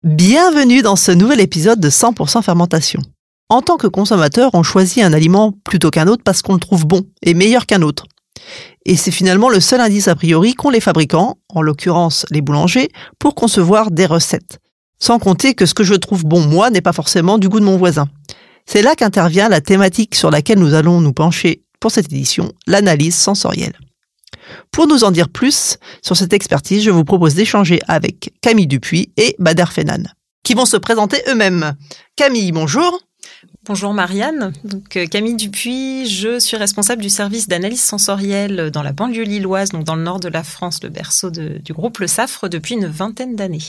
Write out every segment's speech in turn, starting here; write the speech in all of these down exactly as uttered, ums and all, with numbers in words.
Bienvenue dans ce nouvel épisode de cent pour cent fermentation. En tant que consommateur, on choisit un aliment plutôt qu'un autre parce qu'on le trouve bon et meilleur qu'un autre. Et c'est finalement le seul indice a priori qu'ont les fabricants, en l'occurrence les boulangers, pour concevoir des recettes. Sans compter que ce que je trouve bon moi n'est pas forcément du goût de mon voisin. C'est là qu'intervient la thématique sur laquelle nous allons nous pencher pour cette édition, l'analyse sensorielle. Pour nous en dire plus sur cette expertise, je vous propose d'échanger avec Camille Dupuis et Bader Fennan, qui vont se présenter eux-mêmes. Camille, bonjour. Bonjour Marianne, donc Camille Dupuis, je suis responsable du service d'analyse sensorielle dans la banlieue lilloise, donc dans le nord de la France, le berceau de, du groupe Le Safre depuis une vingtaine d'années.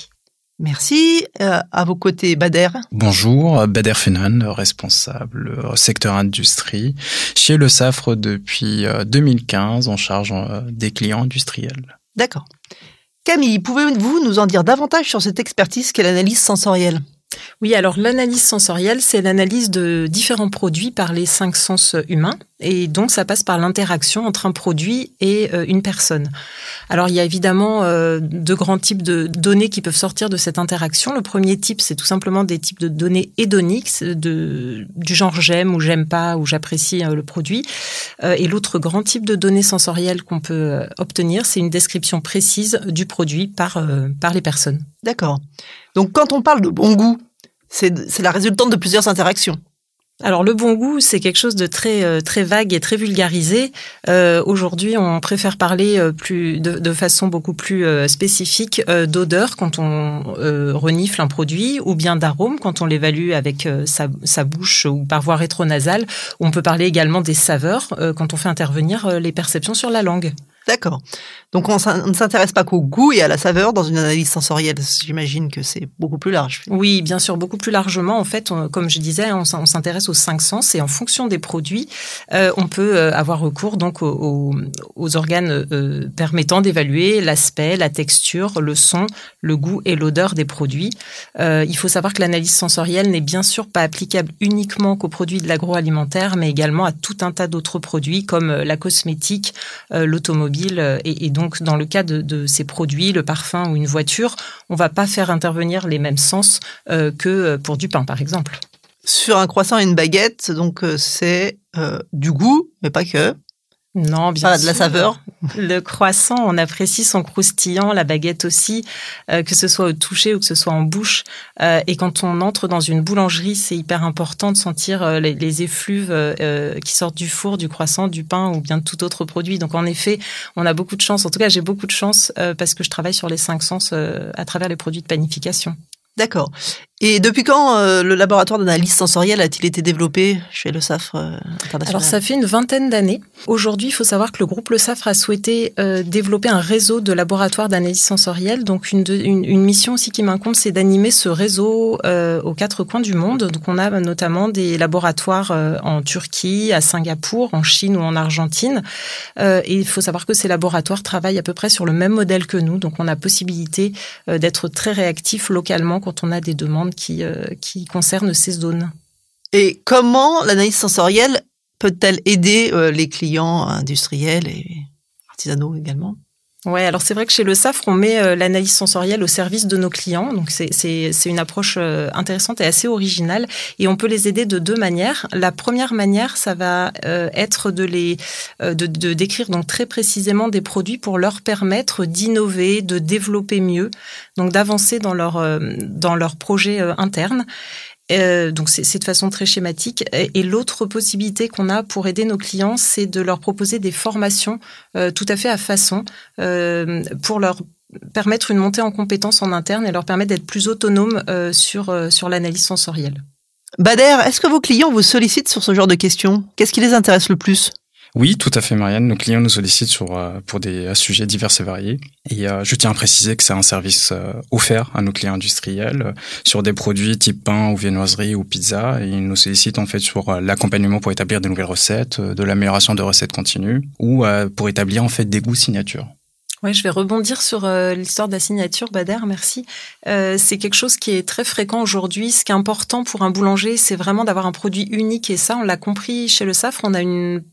Merci. Euh, à vos côtés, Bader. Bonjour, Bader Fennan, responsable secteur industrie chez Le Safre depuis deux mille quinze, en charge des clients industriels. D'accord. Camille, pouvez-vous nous en dire davantage sur cette expertise qu'est l'analyse sensorielle ? Oui, alors l'analyse sensorielle, c'est l'analyse de différents produits par les cinq sens humains. Et donc, ça passe par l'interaction entre un produit et euh, une personne. Alors, il y a évidemment euh, deux grands types de données qui peuvent sortir de cette interaction. Le premier type, c'est tout simplement des types de données hédoniques, de, du genre j'aime ou j'aime pas ou j'apprécie euh, le produit. Euh, et l'autre grand type de données sensorielles qu'on peut euh, obtenir, c'est une description précise du produit par, euh, par les personnes. D'accord. Donc, quand on parle de bon goût, c'est, c'est la résultante de plusieurs interactions. Alors le bon goût, c'est quelque chose de très très vague et très vulgarisé. Euh, aujourd'hui, on préfère parler plus de, de façon beaucoup plus euh, spécifique euh, d'odeur quand on euh, renifle un produit, ou bien d'arôme quand on l'évalue avec euh, sa, sa bouche ou par voie rétronasale. On peut parler également des saveurs euh, quand on fait intervenir euh, les perceptions sur la langue. D'accord. Donc, on ne s'intéresse pas qu'au goût et à la saveur dans une analyse sensorielle. J'imagine que c'est beaucoup plus large. Oui, bien sûr, beaucoup plus largement. En fait, on, comme je disais, on, on s'intéresse aux cinq sens et en fonction des produits, euh, on peut avoir recours donc aux, aux organes euh, permettant d'évaluer l'aspect, la texture, le son, le goût et l'odeur des produits. Euh, il faut savoir que l'analyse sensorielle n'est bien sûr pas applicable uniquement qu'aux produits de l'agroalimentaire, mais également à tout un tas d'autres produits comme la cosmétique, euh, l'automobile. Et, et donc, dans le cas de, de ces produits, le parfum ou une voiture, on ne va pas faire intervenir les mêmes sens euh, que pour du pain, par exemple. Sur un croissant et une baguette, donc euh, c'est euh, du goût, mais pas que. Non, bien enfin, sûr. De la saveur. Le croissant, on apprécie son croustillant, la baguette aussi, euh, que ce soit au toucher ou que ce soit en bouche. Euh, et quand on entre dans une boulangerie, c'est hyper important de sentir euh, les, les effluves euh, qui sortent du four, du croissant, du pain ou bien de tout autre produit. Donc en effet, on a beaucoup de chance. En tout cas, j'ai beaucoup de chance euh, parce que je travaille sur les cinq sens euh, à travers les produits de panification. D'accord. Et depuis quand euh, le laboratoire d'analyse sensorielle a-t-il été développé chez Le Safre euh, International ? Alors, ça fait une vingtaine d'années. Aujourd'hui, il faut savoir que le groupe Le Safre a souhaité euh, développer un réseau de laboratoires d'analyse sensorielle. Donc, une, de, une, une mission aussi qui m'incombe, c'est d'animer ce réseau euh, aux quatre coins du monde. Donc, on a notamment des laboratoires euh, en Turquie, à Singapour, en Chine ou en Argentine. Euh, et il faut savoir que ces laboratoires travaillent à peu près sur le même modèle que nous. Donc, on a possibilité euh, d'être très réactifs localement quand on a des demandes qui, euh, qui concernent ces zones. Et comment l'analyse sensorielle peut-elle aider euh, les clients industriels et artisanaux également ? Ouais, alors c'est vrai que chez Le Safre, on met euh, l'analyse sensorielle au service de nos clients. Donc c'est c'est c'est une approche euh, intéressante et assez originale, et on peut les aider de deux manières. La première manière, ça va euh, être de les euh, de de décrire donc très précisément des produits pour leur permettre d'innover, de développer mieux, donc d'avancer dans leur euh, dans leur projet euh, interne. Euh, donc c'est, c'est de façon très schématique. Et, et l'autre possibilité qu'on a pour aider nos clients, c'est de leur proposer des formations euh, tout à fait à façon euh, pour leur permettre une montée en compétences en interne et leur permettre d'être plus autonomes euh, sur euh, sur l'analyse sensorielle. Bader, est-ce que vos clients vous sollicitent sur ce genre de questions ? Qu'est-ce qui les intéresse le plus ? Oui, tout à fait, Marianne. Nos clients nous sollicitent sur, euh, pour des sujets divers et variés. Et euh, je tiens à préciser que c'est un service euh, offert à nos clients industriels euh, sur des produits type pain ou viennoiserie ou pizza. Et ils nous sollicitent en fait sur euh, l'accompagnement pour établir de nouvelles recettes, euh, de l'amélioration de recettes continues ou euh, pour établir en fait des goûts signatures. Ouais, je vais rebondir sur euh, l'histoire de la signature, Bader, merci. Euh, c'est quelque chose qui est très fréquent aujourd'hui. Ce qui est important pour un boulanger, c'est vraiment d'avoir un produit unique. Et ça, on l'a compris chez Le Safre. On a une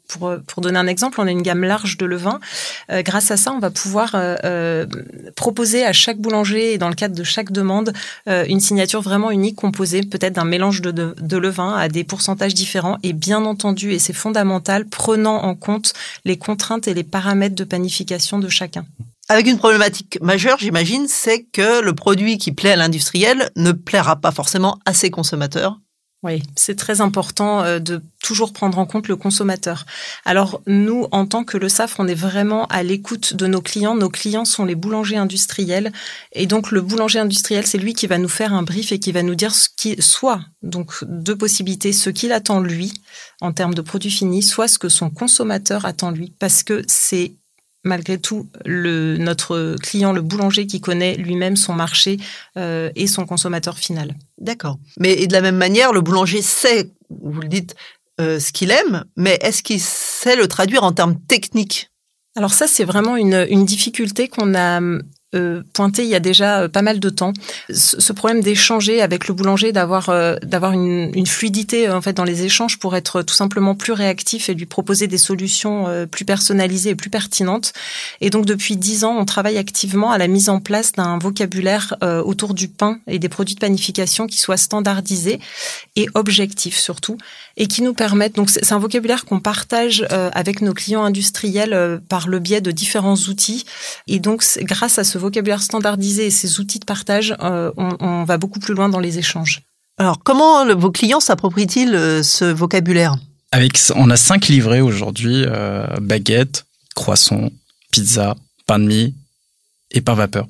Pour, pour donner un exemple, on a une gamme large de levains. Euh, grâce à ça, on va pouvoir euh, euh, proposer à chaque boulanger et dans le cadre de chaque demande euh, une signature vraiment unique composée peut-être d'un mélange de, de, de levains à des pourcentages différents et bien entendu, et c'est fondamental, prenant en compte les contraintes et les paramètres de panification de chacun. Avec une problématique majeure, j'imagine, c'est que le produit qui plaît à l'industriel ne plaira pas forcément à ses consommateurs. Oui, c'est très important de toujours prendre en compte le consommateur. Alors, nous, en tant que le SAFRE, on est vraiment à l'écoute de nos clients. Nos clients sont les boulangers industriels. Et donc, le boulanger industriel, c'est lui qui va nous faire un brief et qui va nous dire ce qui, soit, donc, deux possibilités, ce qu'il attend lui, en termes de produits finis, soit ce que son consommateur attend lui. Parce que c'est malgré tout, le, notre client, le boulanger, qui connaît lui-même son marché euh, et son consommateur final. D'accord. Mais et de la même manière, le boulanger sait, vous le dites, euh, ce qu'il aime, mais est-ce qu'il sait le traduire en termes techniques ? Alors ça, c'est vraiment une, une difficulté qu'on a euh, pointée il y a déjà pas mal de temps. Ce, ce problème d'échanger avec le boulanger, d'avoir euh, d'avoir une, une fluidité en fait dans les échanges pour être tout simplement plus réactif et lui proposer des solutions euh, plus personnalisées et plus pertinentes. Et donc depuis dix ans, on travaille activement à la mise en place d'un vocabulaire euh, autour du pain et des produits de panification qui soit standardisé et objectif surtout, et qui nous permettent, donc c'est un vocabulaire qu'on partage euh, avec nos clients industriels euh, par le biais de différents outils. Et donc grâce à ce vocabulaire standardisé et ces outils de partage, euh, on, on va beaucoup plus loin dans les échanges. Alors, comment le, vos clients s'approprient-ils euh, ce vocabulaire ? Avec, on a cinq livrets aujourd'hui, euh, baguettes, croissants, pizza, pain de mie et pain vapeur.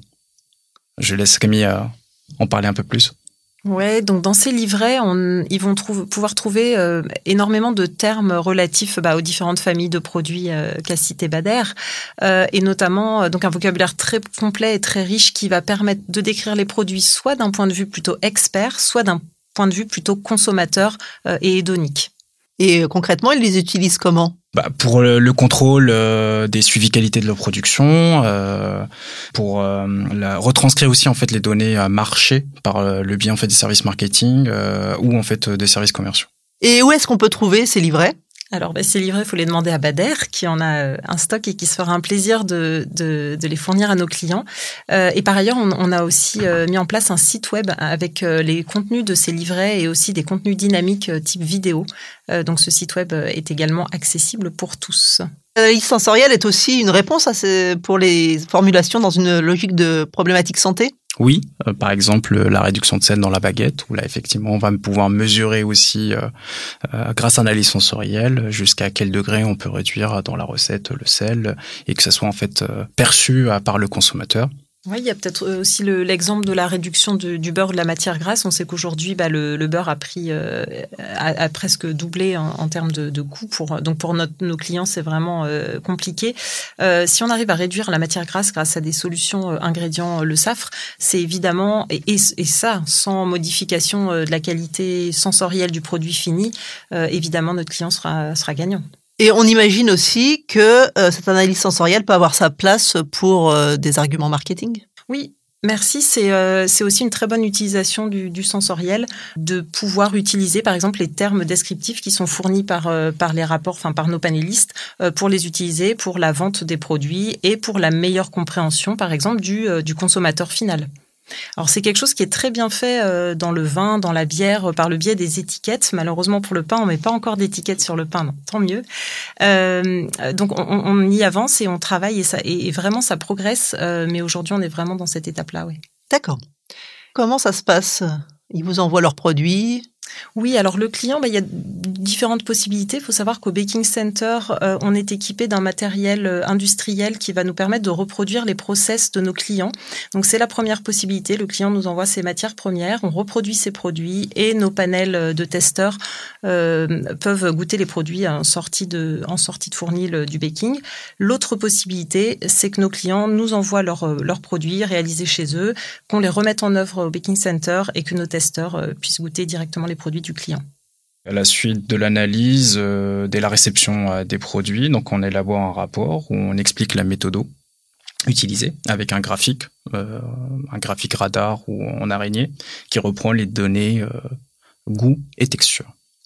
Je laisse Camille euh, en parler un peu plus. Ouais, donc dans ces livrets, on, ils vont trouver, pouvoir trouver euh, énormément de termes relatifs bah, aux différentes familles de produits euh, qu'a cité Bader, euh, et notamment euh, donc un vocabulaire très complet et très riche qui va permettre de décrire les produits soit d'un point de vue plutôt expert, soit d'un point de vue plutôt consommateur euh, et hédonique. Et concrètement, ils les utilisent comment ? Bah, pour le, le contrôle euh, des suivis qualité de leur production, euh, pour euh, la, retranscrire aussi en fait les données à marché par euh, le biais en fait des services marketing euh, ou en fait des services commerciaux. Et où est-ce qu'on peut trouver ces livrets ? Alors, bah, ces livrets, il faut les demander à Bader, qui en a un stock et qui se fera un plaisir de, de, de les fournir à nos clients. Euh, et par ailleurs, on, on a aussi euh, mis en place un site web avec euh, les contenus de ces livrets et aussi des contenus dynamiques euh, type vidéo. Euh, donc, ce site web est également accessible pour tous. L'analyse sensorielle est aussi une réponse à ces, pour les formulations dans une logique de problématique santé ? Oui, euh, par exemple la réduction de sel dans la baguette, où là effectivement on va pouvoir mesurer aussi, euh, euh, grâce à l'analyse sensorielle, jusqu'à quel degré on peut réduire dans la recette le sel et que ça soit en fait euh, perçu par le consommateur. Oui, il y a peut-être aussi le, l'exemple de la réduction de, du beurre, de la matière grasse. On sait qu'aujourd'hui, bah, le, le beurre a pris, euh, a, a presque doublé en, en termes de, de coût. Pour, donc pour notre, nos clients, c'est vraiment euh, compliqué. Euh, si on arrive à réduire la matière grasse grâce à des solutions euh, ingrédients le SAFRE, c'est évidemment, et, et, et ça, sans modification euh, de la qualité sensorielle du produit fini, euh, évidemment, notre client sera, sera gagnant. Et on imagine aussi que euh, cette analyse sensorielle peut avoir sa place pour euh, des arguments marketing ? Oui. Merci, c'est euh, c'est aussi une très bonne utilisation du, du sensoriel, de pouvoir utiliser par exemple les termes descriptifs qui sont fournis par euh, par les rapports, enfin par nos panélistes, euh, pour les utiliser pour la vente des produits et pour la meilleure compréhension par exemple du euh, du consommateur final. Alors c'est quelque chose qui est très bien fait euh, dans le vin, dans la bière, euh, par le biais des étiquettes. Malheureusement pour le pain, on met pas encore d'étiquette sur le pain, non, tant mieux. Euh, donc on, on y avance et on travaille et, ça, et, et vraiment ça progresse. Euh, mais aujourd'hui, on est vraiment dans cette étape-là, oui. D'accord. Comment ça se passe ? Ils vous envoient leurs produits ? Oui, alors le client, bah, il y a différentes possibilités. Il faut savoir qu'au Baking Center, euh, on est équipé d'un matériel euh, industriel qui va nous permettre de reproduire les process de nos clients. Donc c'est la première possibilité. Le client nous envoie ses matières premières, on reproduit ses produits et nos panels de testeurs euh, peuvent goûter les produits en sortie de, en sortie de fournil du baking. L'autre possibilité, c'est que nos clients nous envoient leurs, leurs produits réalisés chez eux, qu'on les remette en œuvre au Baking Center et que nos testeurs euh, puissent goûter directement les produits du client. À la suite de l'analyse, euh, dès la réception euh, des produits, donc on élabore un rapport où on explique la méthode utilisée avec un graphique, euh, un graphique radar ou en araignée qui reprend les données euh, goût et texture.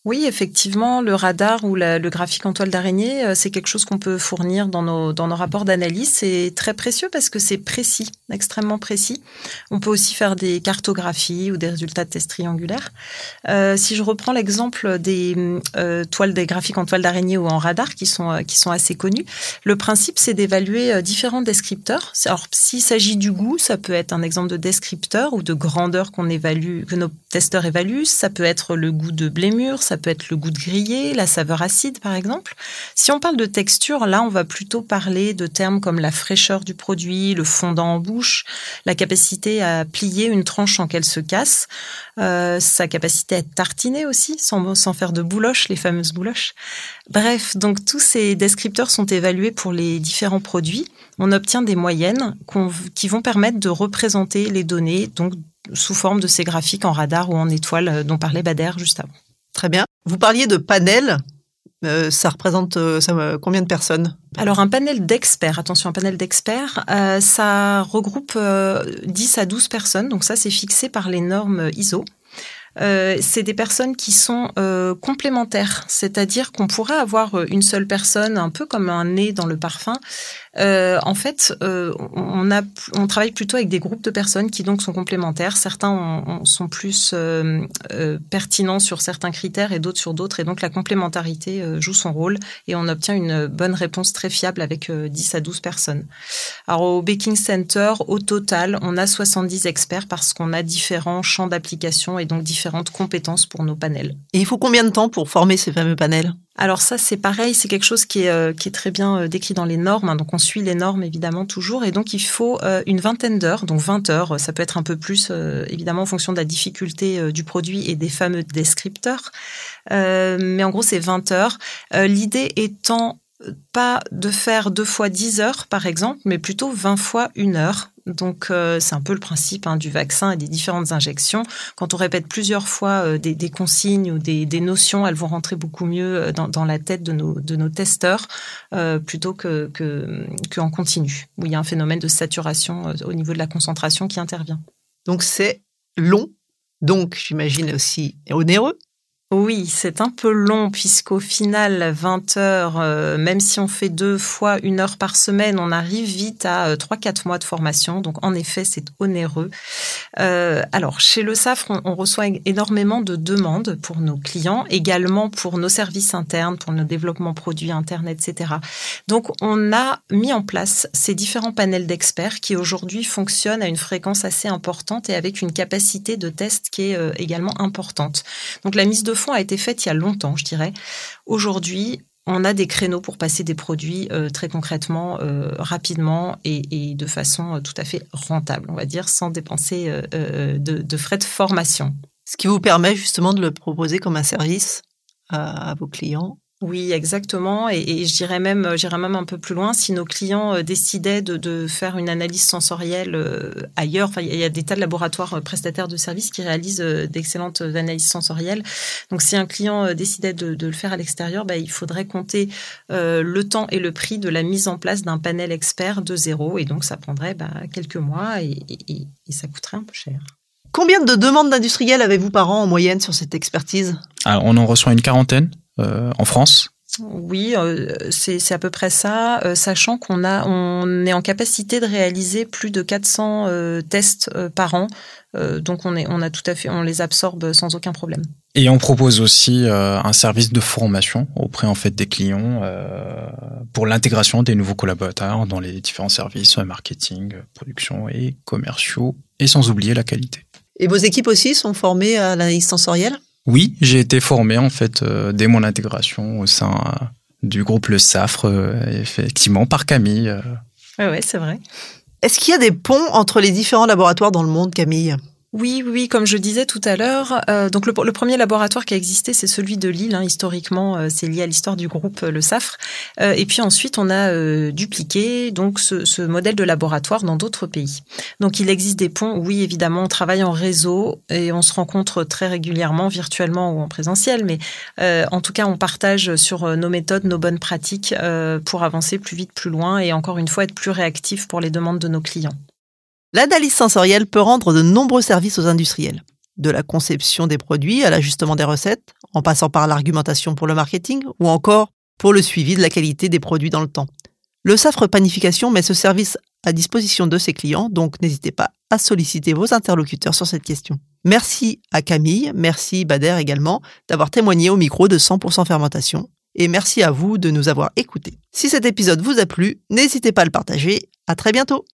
Oui, effectivement, le radar ou la, le graphique en toile d'araignée, c'est quelque chose qu'on peut fournir dans nos, dans nos rapports d'analyse. C'est très précieux parce que c'est précis, extrêmement précis. On peut aussi faire des cartographies ou des résultats de tests triangulaires. Euh, si je reprends l'exemple des euh, toiles, des graphiques en toile d'araignée ou en radar qui sont, qui sont assez connus, le principe, c'est d'évaluer différents descripteurs. Alors, s'il s'agit du goût, ça peut être un exemple de descripteur ou de grandeur qu'on évalue, que nos testeurs évaluent. Ça peut être le goût de blémure, ça peut être le goût de grillé, la saveur acide par exemple. Si on parle de texture, là on va plutôt parler de termes comme la fraîcheur du produit, le fondant en bouche, la capacité à plier une tranche sans qu'elle se casse, euh, sa capacité à être tartinée aussi, sans, sans faire de bouloches, les fameuses bouloches. Bref, donc tous ces descripteurs sont évalués pour les différents produits. On obtient des moyennes qu'on, qui vont permettre de représenter les données donc sous forme de ces graphiques en radar ou en étoile dont parlait Bader juste avant. Très bien. Vous parliez de panel. Euh, ça représente euh, ça, euh, combien de personnes ? Alors, un panel d'experts, attention, un panel d'experts, euh, ça regroupe euh, dix à douze personnes. Donc ça, c'est fixé par les normes I S O. Euh, c'est des personnes qui sont euh, complémentaires, c'est-à-dire qu'on pourrait avoir une seule personne, un peu comme un nez dans le parfum. Euh, en fait, euh, on, a, on travaille plutôt avec des groupes de personnes qui donc sont complémentaires. Certains ont, ont, sont plus euh, euh, pertinents sur certains critères et d'autres sur d'autres. Et donc, la complémentarité euh, joue son rôle et on obtient une bonne réponse très fiable avec euh, dix à douze personnes. Alors, au Baking Center, au total, on a soixante-dix experts parce qu'on a différents champs d'application et donc différentes compétences pour nos panels. Et il faut combien de temps pour former ces fameux panels ? Alors ça, c'est pareil, c'est quelque chose qui est, euh, qui est très bien euh, décrit dans les normes. Hein, donc, on suit les normes, évidemment, toujours. Et donc, il faut euh, une vingtaine d'heures, donc vingt heures. Ça peut être un peu plus, euh, évidemment, en fonction de la difficulté euh, du produit et des fameux descripteurs. Euh, mais en gros, c'est vingt heures. Euh, l'idée étant pas de faire deux fois dix heures, par exemple, mais plutôt vingt fois une heure. Donc, euh, c'est un peu le principe hein, du vaccin et des différentes injections. Quand on répète plusieurs fois euh, des, des consignes ou des, des notions, elles vont rentrer beaucoup mieux dans, dans la tête de nos, de nos testeurs euh, plutôt que, que, qu'en continu, où il y a un phénomène de saturation euh, au niveau de la concentration qui intervient. Donc, c'est long, donc j'imagine aussi onéreux. Oui, c'est un peu long puisqu'au final, vingt heures, euh, même si on fait deux fois une heure par semaine, on arrive vite à euh, trois à quatre mois de formation. Donc, en effet, c'est onéreux. Euh, alors, chez Le Safre, on, on reçoit énormément de demandes pour nos clients, également pour nos services internes, pour nos développements produits internes, et cetera. Donc, on a mis en place ces différents panels d'experts qui aujourd'hui fonctionnent à une fréquence assez importante et avec une capacité de test qui est euh, également importante. Donc, la mise de a été faite il y a longtemps, je dirais. Aujourd'hui, on a des créneaux pour passer des produits euh, très concrètement, euh, rapidement et, et de façon euh, tout à fait rentable, on va dire, sans dépenser euh, euh, de, de frais de formation. Ce qui vous permet justement de le proposer comme un service à, à vos clients. Oui, exactement. Et, et je dirais même, j'irais même un peu plus loin. Si nos clients décidaient de, de faire une analyse sensorielle ailleurs, enfin, il y a des tas de laboratoires prestataires de services qui réalisent d'excellentes analyses sensorielles. Donc, si un client décidait de, de le faire à l'extérieur, bah, il faudrait compter euh, le temps et le prix de la mise en place d'un panel expert de zéro. Et donc, ça prendrait bah, quelques mois et, et, et ça coûterait un peu cher. Combien de demandes d'industriels avez-vous par an en moyenne sur cette expertise ? Alors, on en reçoit une quarantaine. Euh, en France ? Oui, euh, c'est, c'est à peu près ça, euh, sachant qu'on a, on est en capacité de réaliser plus de quatre cents euh, tests euh, par an, euh, donc on est, on a tout à fait, on les absorbe sans aucun problème. Et on propose aussi euh, un service de formation auprès en fait des clients euh, pour l'intégration des nouveaux collaborateurs dans les différents services marketing, production et commerciaux, et sans oublier la qualité. Et vos équipes aussi sont formées à l'analyse sensorielle ? Oui, j'ai été formé en fait euh, dès mon intégration au sein euh, du groupe Le Safre, euh, effectivement par Camille. Euh. Oui, ouais, c'est vrai. Est-ce qu'il y a des ponts entre les différents laboratoires dans le monde, Camille ? Oui, oui, comme je disais tout à l'heure, euh, donc le, le premier laboratoire qui a existé, c'est celui de Lille. Hein, historiquement, euh, c'est lié à l'histoire du groupe euh, Le Safre. Euh, et puis ensuite, on a euh, dupliqué donc ce, ce modèle de laboratoire dans d'autres pays. Donc, il existe des ponts. Oui, évidemment, on travaille en réseau et on se rencontre très régulièrement, virtuellement ou en présentiel. Mais euh, en tout cas, on partage sur nos méthodes, nos bonnes pratiques euh, pour avancer plus vite, plus loin et encore une fois être plus réactif pour les demandes de nos clients. L'analyse sensorielle peut rendre de nombreux services aux industriels, de la conception des produits à l'ajustement des recettes, en passant par l'argumentation pour le marketing ou encore pour le suivi de la qualité des produits dans le temps. Le Safre Panification met ce service à disposition de ses clients, donc n'hésitez pas à solliciter vos interlocuteurs sur cette question. Merci à Camille, merci Bader également d'avoir témoigné au micro de cent pour cent Fermentation et merci à vous de nous avoir écoutés. Si cet épisode vous a plu, n'hésitez pas à le partager. À très bientôt.